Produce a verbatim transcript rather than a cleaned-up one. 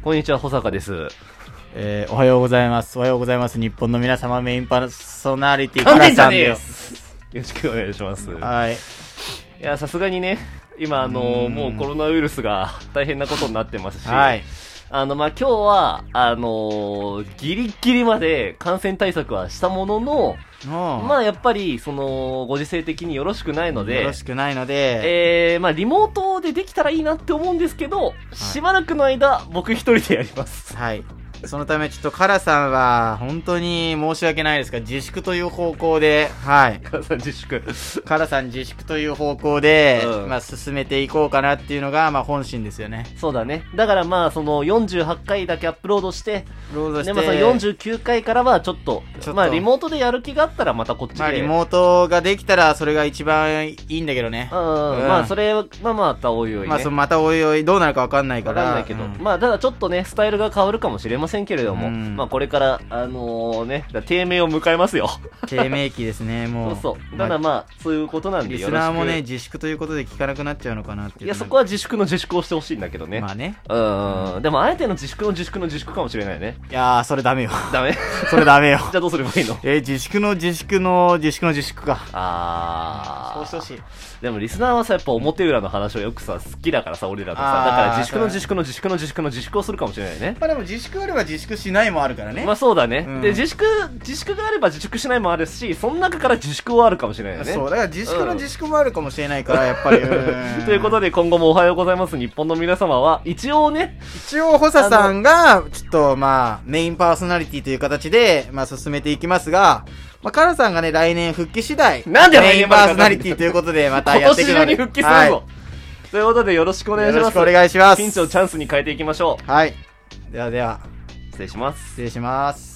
こんにちは、保坂です。 えー、おはようございます。おはようございます。日本の皆様、メインパーソナリティ、 カラさんです。よろしくお願いします。 はい。いや、さすがにね、今、あのー、もうコロナウイルスが大変なことになってますし、 はい。 あの、まあ、今日は、あのー、ギリギリまで感染対策はしたものの、まあ、やっぱり、その、ご時世的によろしくないので、 よろしくないので、 えー、まあ、リモートでできたらいいなって思うんですけど、はい、しばらくの間、僕一人でやります。 はい。そのため、ちょっとカラさんは、本当に申し訳ないですが、自粛という方向で、はい。 カラさん自粛。 カラさん自粛という方向で、 うん、 まあ、進めていこうかなっていうのが、まあ、本心ですよね。 そうだね。だからまあ、その、よんじゅうはちかいだけアップロードして、 ロードして、 で、まあ、そのよんじゅうきゅうかいからはちょっと、 ちょっとまあ、リモートでやる気があったらまたこっちで。 まあ、リモートができたら、それが一番いいんだけどね。 うん、うん、まあ、それは、まあ、またおいおいね。 まあ、そまたおいおい、どうなるかわかんないから。 わかんないけど、 うん、 まあ、ただちょっとね、スタイルが変わるかもしれませんけれども、 うん、 まあ、これから、あのー、ね、低迷を迎えますよ。 低迷期ですね、もう。 そうそう。ただまあ、そういうことなんでリスナーもね、自粛ということで聞かなくなっちゃうのかなっていう。 いや、そこは自粛の自粛をしてほしいんだけどね。 まあね。 うん。うん、でも、あえての自粛の自粛の自粛かもしれないね。 いやー、それダメよ。 ダメそれダメよ。 じゃあどうすればいいの？ えー、自粛の自粛の自粛の自粛か。 あー。 そうしてほしい。 でもリスナーはさ、やっぱ表裏の話をよくさ、好きだからさ、俺らとさ、だから自粛の自粛の自粛の自粛の自粛をするかもしれないね。 まあでも自粛あれば自粛しないもあるからね。 まあそうだね。うん、で、自粛、自粛があれば自粛しないもあるし、その中から自粛はあるかもしれないよね。 そう、だから自粛の自粛もあるかもしれないから、うん、やっぱり。 ということで今後もおはようございます日本の皆様は、一応ね。 一応、補佐さんが、ちょっとまあ、メインパーソナリティという形で、まあ進めていきますが、まあ、カラさんがね、来年復帰次第、 なんでメインパーソナリティということで、またやっていくので。 今年中に復帰するぞ、はい。ということでよろしくお願いします。 よろしくお願いします。 ピンチをチャンスに変えていきましょう。はい。ではでは。 失礼します。 失礼します。